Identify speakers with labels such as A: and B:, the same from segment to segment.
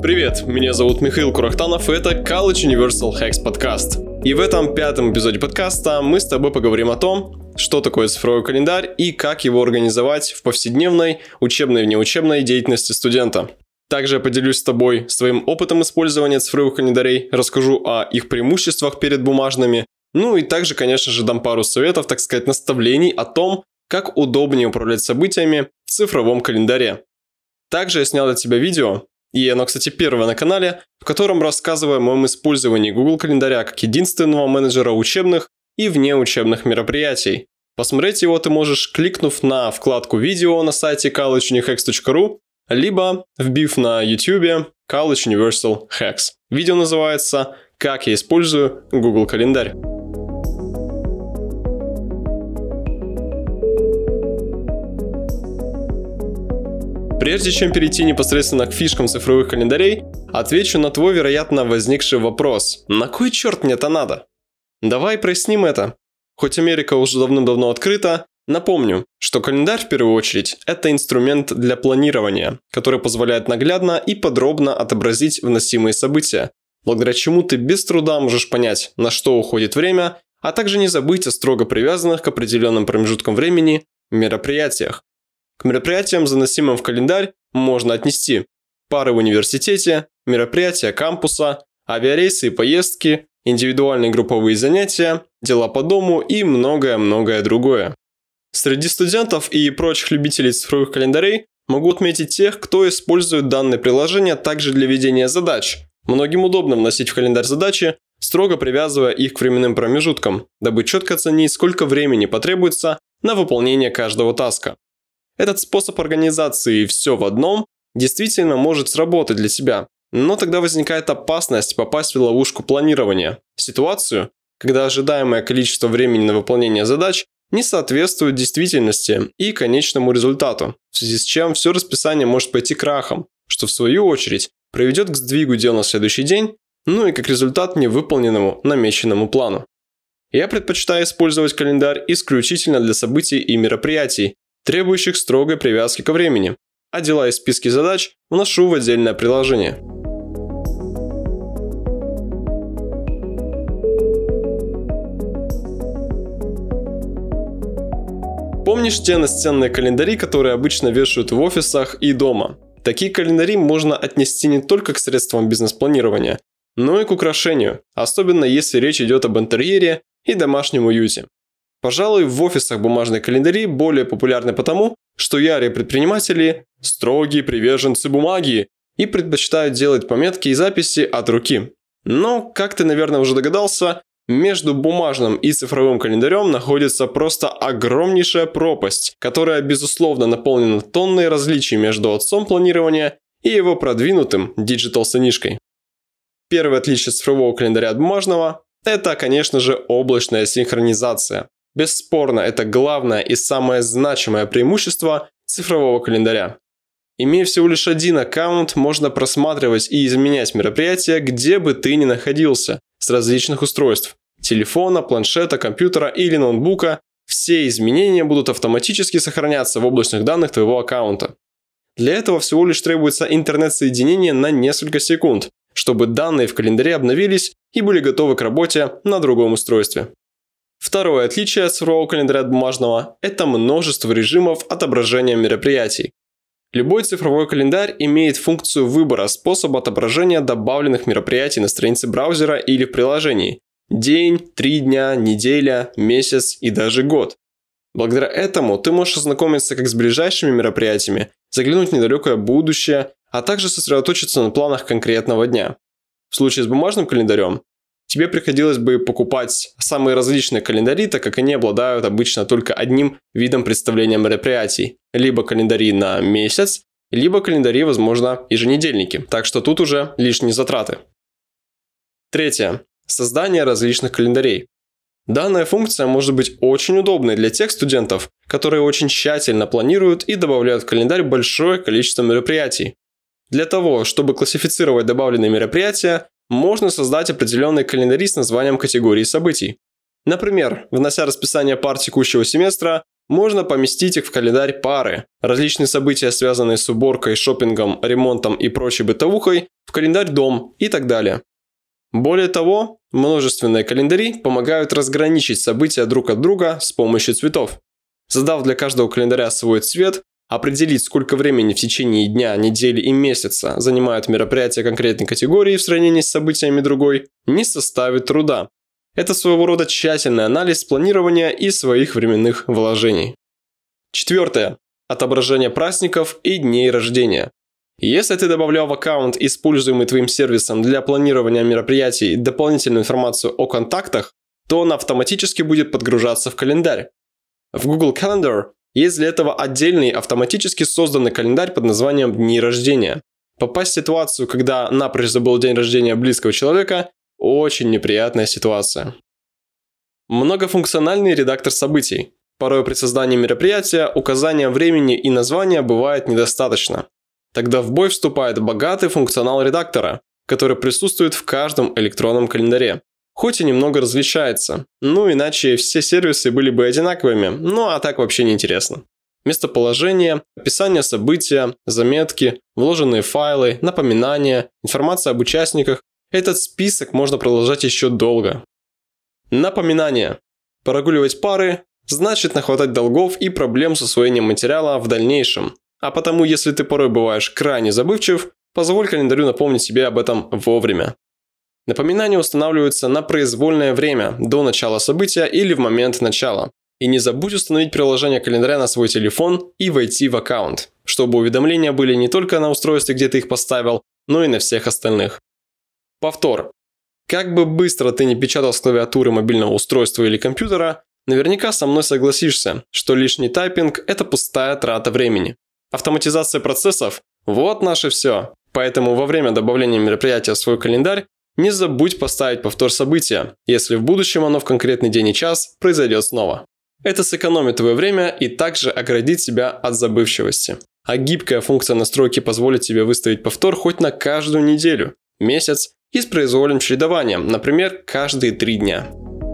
A: Привет, меня зовут Михаил Курахтанов, и это College Universal Hacks подкаст. И в этом 5-м эпизоде подкаста мы с тобой поговорим о том, что такое цифровой календарь и как его организовать в повседневной, учебной и внеучебной деятельности студента. Также я поделюсь с тобой своим опытом использования цифровых календарей, расскажу о их преимуществах перед бумажными, и также, конечно же, дам пару советов, так сказать, наставлений о том, как удобнее управлять событиями в цифровом календаре. Также я снял для тебя видео, и оно, кстати, первое на канале, в котором рассказываю о моем использовании Google календаря как единственного менеджера учебных и внеучебных мероприятий. Посмотреть его ты можешь, кликнув на вкладку видео на сайте collegeuniHacks.ru, либо вбив на YouTube College Universal Hacks. Видео называется «Как я использую Google календарь». Прежде чем перейти непосредственно к фишкам цифровых календарей, отвечу на твой, вероятно, возникший вопрос. На кой черт мне это надо? Давай проясним это. Хоть Америка уже давным-давно открыта, напомню, что календарь в первую очередь это инструмент для планирования, который позволяет наглядно и подробно отобразить вносимые события, благодаря чему ты без труда можешь понять, на что уходит время, а также не забыть о строго привязанных к определенным промежуткам времени мероприятиях. К мероприятиям, заносимым в календарь, можно отнести пары в университете, мероприятия кампуса, авиарейсы и поездки, индивидуальные групповые занятия, дела по дому и многое-многое другое. Среди студентов и прочих любителей цифровых календарей могу отметить тех, кто использует данное приложение также для ведения задач. Многим удобно вносить в календарь задачи, строго привязывая их к временным промежуткам, дабы четко оценить, сколько времени потребуется на выполнение каждого таска. Этот способ организации «все в одном» действительно может сработать для тебя, но тогда возникает опасность попасть в ловушку планирования, ситуацию, когда ожидаемое количество времени на выполнение задач не соответствует действительности и конечному результату, в связи с чем все расписание может пойти крахом, что в свою очередь приведет к сдвигу дел на следующий день, и как результат невыполненному намеченному плану. Я предпочитаю использовать календарь исключительно для событий и мероприятий, требующих строгой привязки ко времени, а дела и списки задач вношу в отдельное приложение. Помнишь те настенные календари, которые обычно вешают в офисах и дома? Такие календари можно отнести не только к средствам бизнес-планирования, но и к украшению, особенно если речь идет об интерьере и домашнем уюте. Пожалуй, в офисах бумажные календари более популярны потому, что ярые предприниматели – строгие приверженцы бумаги и предпочитают делать пометки и записи от руки. Но, как ты, наверное, уже догадался, между бумажным и цифровым календарем находится просто огромнейшая пропасть, которая, безусловно, наполнена тонной различий между отцом планирования и его продвинутым диджитал-сынишкой. Первое отличие цифрового календаря от бумажного – это, конечно же, облачная синхронизация. Бесспорно, это главное и самое значимое преимущество цифрового календаря. Имея всего лишь один аккаунт, можно просматривать и изменять мероприятия, где бы ты ни находился, с различных устройств – телефона, планшета, компьютера или ноутбука. Все изменения будут автоматически сохраняться в облачных данных твоего аккаунта. Для этого всего лишь требуется интернет-соединение на несколько секунд, чтобы данные в календаре обновились и были готовы к работе на другом устройстве. Второе отличие от цифрового календаря от бумажного – это множество режимов отображения мероприятий. Любой цифровой календарь имеет функцию выбора способа отображения добавленных мероприятий на странице браузера или в приложении – день, 3 дня, неделя, месяц и даже год. Благодаря этому ты можешь ознакомиться как с ближайшими мероприятиями, заглянуть в недалекое будущее, а также сосредоточиться на планах конкретного дня. В случае с бумажным календарем тебе приходилось бы покупать самые различные календари, так как они обладают обычно только одним видом представления мероприятий. Либо календари на месяц, либо календари, возможно, еженедельники. Так что тут уже лишние затраты. Третье. Создание различных календарей. Данная функция может быть очень удобной для тех студентов, которые очень тщательно планируют и добавляют в календарь большое количество мероприятий. Для того, чтобы классифицировать добавленные мероприятия, можно создать определенный календарь с названием категории событий. Например, внося расписание пар текущего семестра, можно поместить их в календарь пары. Различные события, связанные с уборкой, шопингом, ремонтом и прочей бытовухой, в календарь дом и так далее. Более того, множественные календари помогают разграничить события друг от друга с помощью цветов. Создав для каждого календаря свой цвет, определить, сколько времени в течение дня, недели и месяца занимают мероприятия конкретной категории в сравнении с событиями другой, не составит труда. Это своего рода тщательный анализ планирования и своих временных вложений. Четвертое. Отображение праздников и дней рождения. Если ты добавлял в аккаунт, используемый твоим сервисом для планирования мероприятий, дополнительную информацию о контактах, то она автоматически будет подгружаться в календарь. В Google Calendar есть для этого отдельный автоматически созданный календарь под названием «Дни рождения». Попасть в ситуацию, когда напрочь забыл день рождения близкого человека – очень неприятная ситуация. Многофункциональный редактор событий. Порой при создании мероприятия указания времени и названия бывает недостаточно. Тогда в бой вступает богатый функционал редактора, который присутствует в каждом электронном календаре. Хоть и немного различается, иначе все сервисы были бы одинаковыми, а так вообще не интересно. Местоположение, описание события, заметки, вложенные файлы, напоминания, информация об участниках. Этот список можно продолжать еще долго. Напоминание. Прогуливать пары значит нахватать долгов и проблем с усвоением материала в дальнейшем. А потому, если ты порой бываешь крайне забывчив, позволь календарю напомнить себе об этом вовремя. Напоминания устанавливаются на произвольное время, до начала события или в момент начала. И не забудь установить приложение календаря на свой телефон и войти в аккаунт, чтобы уведомления были не только на устройстве, где ты их поставил, но и на всех остальных. Повтор. Как бы быстро ты не печатал с клавиатуры мобильного устройства или компьютера, наверняка со мной согласишься, что лишний тайпинг – это пустая трата времени. Автоматизация процессов – вот наше все. Поэтому во время добавления мероприятия в свой календарь не забудь поставить повтор события, если в будущем оно в конкретный день и час произойдет снова. Это сэкономит твое время и также оградит тебя от забывчивости. А гибкая функция настройки позволит тебе выставить повтор хоть на каждую неделю, месяц и с произвольным чередованием, например, каждые 3 дня.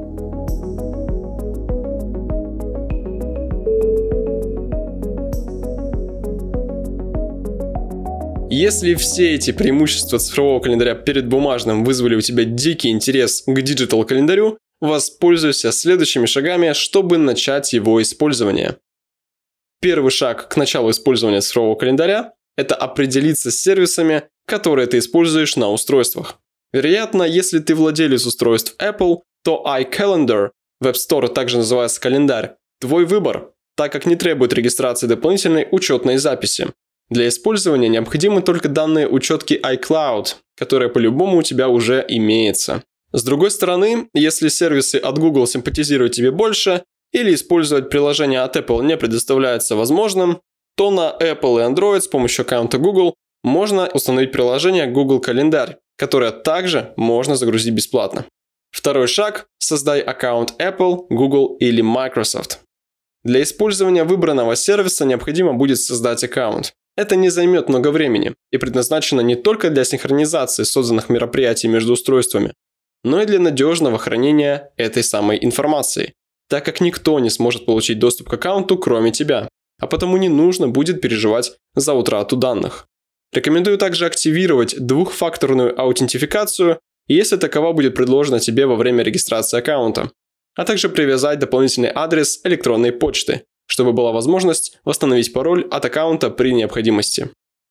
A: Если все эти преимущества цифрового календаря перед бумажным вызвали у тебя дикий интерес к диджитал-календарю, воспользуйся следующими шагами, чтобы начать его использование. Первый шаг к началу использования цифрового календаря – это определиться с сервисами, которые ты используешь на устройствах. Вероятно, если ты владелец устройств Apple, то iCalendar, в App Store также называется календарь, твой выбор, так как не требует регистрации дополнительной учетной записи. Для использования необходимы только данные учетки iCloud, которая по-любому у тебя уже имеется. С другой стороны, если сервисы от Google симпатизируют тебе больше, или использовать приложение от Apple не предоставляется возможным, то на Apple и Android с помощью аккаунта Google можно установить приложение Google Календарь, которое также можно загрузить бесплатно. Второй шаг – создай аккаунт Apple, Google или Microsoft. Для использования выбранного сервиса необходимо будет создать аккаунт. Это не займет много времени и предназначено не только для синхронизации созданных мероприятий между устройствами, но и для надежного хранения этой самой информации, так как никто не сможет получить доступ к аккаунту, кроме тебя, а потому не нужно будет переживать за утрату данных. Рекомендую также активировать двухфакторную аутентификацию, если такова будет предложена тебе во время регистрации аккаунта, а также привязать дополнительный адрес электронной почты, чтобы была возможность восстановить пароль от аккаунта при необходимости.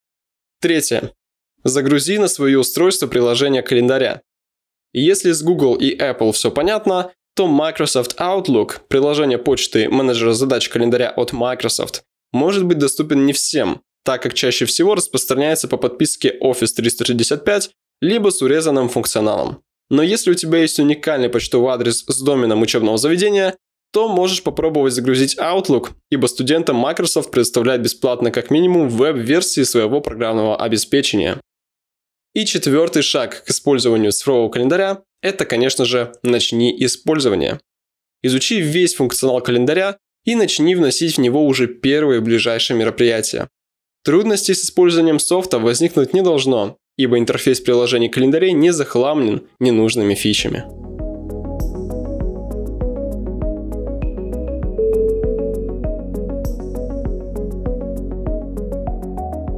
A: Третье. Загрузи на свое устройство приложение календаря. Если с Google и Apple все понятно, то Microsoft Outlook, приложение почты менеджера задач календаря от Microsoft, может быть доступен не всем, так как чаще всего распространяется по подписке Office 365, либо с урезанным функционалом. Но если у тебя есть уникальный почтовый адрес с доменом учебного заведения, то можешь попробовать загрузить Outlook, ибо студентам Microsoft предоставляет бесплатно как минимум веб-версии своего программного обеспечения. И четвертый шаг к использованию цифрового календаря – это, конечно же, начни использование. Изучи весь функционал календаря и начни вносить в него уже первые ближайшие мероприятия. Трудностей с использованием софта возникнуть не должно, ибо интерфейс приложений календарей не захламлен ненужными фичами.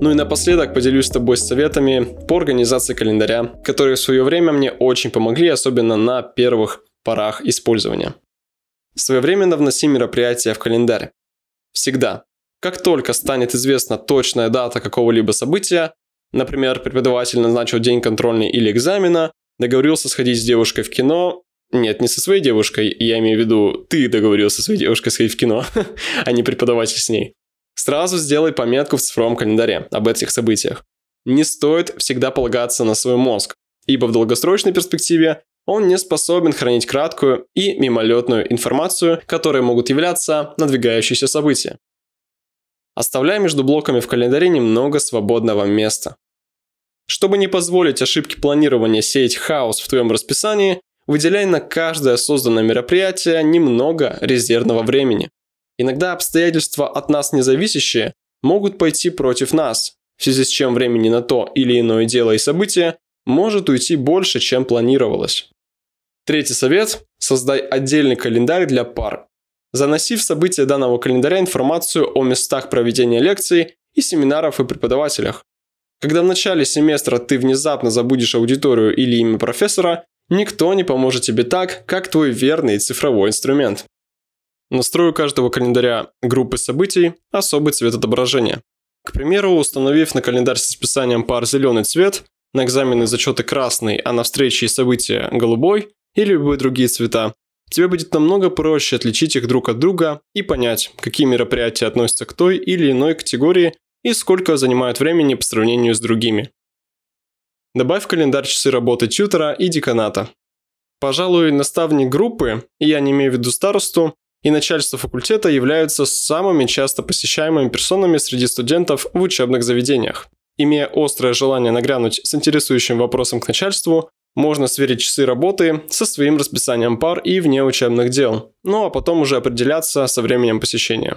A: Ну и напоследок поделюсь с тобой советами по организации календаря, которые в свое время мне очень помогли, особенно на первых порах использования. Своевременно вноси мероприятия в календарь. Всегда. Как только станет известна точная дата какого-либо события, например, преподаватель назначил день контрольной или экзамена, договорился сходить с девушкой в кино. Нет, не со своей девушкой, я имею в виду, ты договорился со своей девушкой сходить в кино, а не преподаватель с ней. Сразу сделай пометку в цифровом календаре об этих событиях. Не стоит всегда полагаться на свой мозг, ибо в долгосрочной перспективе он не способен хранить краткую и мимолетную информацию, которые могут являться надвигающиеся события. Оставляй между блоками в календаре немного свободного места. Чтобы не позволить ошибке планирования сеять хаос в твоем расписании, выделяй на каждое созданное мероприятие немного резервного времени. Иногда обстоятельства от нас независящие могут пойти против нас, в связи с чем времени на то или иное дело и событие может уйти больше, чем планировалось. Третий совет – создай отдельный календарь для пар. Заноси в события данного календаря информацию о местах проведения лекций и семинаров и преподавателях. Когда в начале семестра ты внезапно забудешь аудиторию или имя профессора, никто не поможет тебе так, как твой верный цифровой инструмент. Настрой у каждого календаря группы событий особый цвет отображения. К примеру, установив на календарь с расписанием пар зеленый цвет, на экзамены и зачеты красный, а на встречи и события голубой или любые другие цвета, тебе будет намного проще отличить их друг от друга и понять, какие мероприятия относятся к той или иной категории и сколько занимают времени по сравнению с другими. Добавь в календарь часы работы тьютора и деканата. Пожалуй, наставник группы, и я не имею в виду старосту, и начальство факультета являются самыми часто посещаемыми персонами среди студентов в учебных заведениях. Имея острое желание нагрянуть с интересующим вопросом к начальству, можно сверить часы работы со своим расписанием пар и внеучебных дел, ну а потом уже определяться со временем посещения.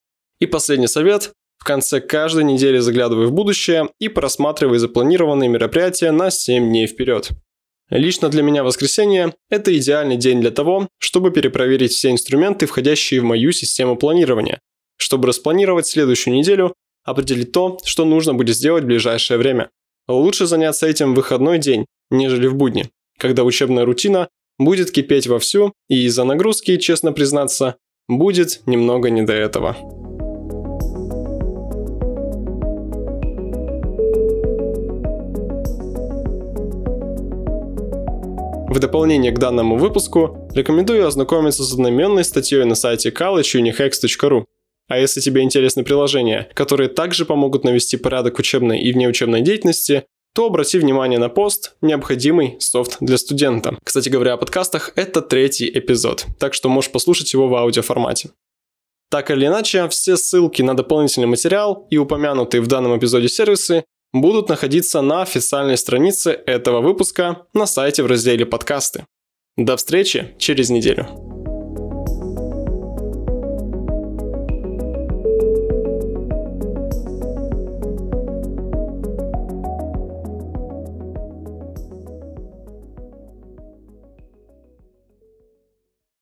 A: И последний совет. В конце каждой недели заглядывай в будущее и просматривай запланированные мероприятия на 7 дней вперед. Лично для меня воскресенье – это идеальный день для того, чтобы перепроверить все инструменты, входящие в мою систему планирования, чтобы распланировать следующую неделю, определить то, что нужно будет сделать в ближайшее время. Лучше заняться этим в выходной день, нежели в будни, когда учебная рутина будет кипеть вовсю, и из-за нагрузки, честно признаться, будет немного не до этого. В дополнение к данному выпуску рекомендую ознакомиться с одноименной статьей на сайте collegeunihex.ru. А если тебе интересны приложения, которые также помогут навести порядок в учебной и внеучебной деятельности, то обрати внимание на пост «Необходимый софт для студента». Кстати говоря о подкастах, это 3-й эпизод, так что можешь послушать его в аудиоформате. Так или иначе, все ссылки на дополнительный материал и упомянутые в данном эпизоде сервисы будут находиться на официальной странице этого выпуска на сайте в разделе «Подкасты». До встречи через неделю.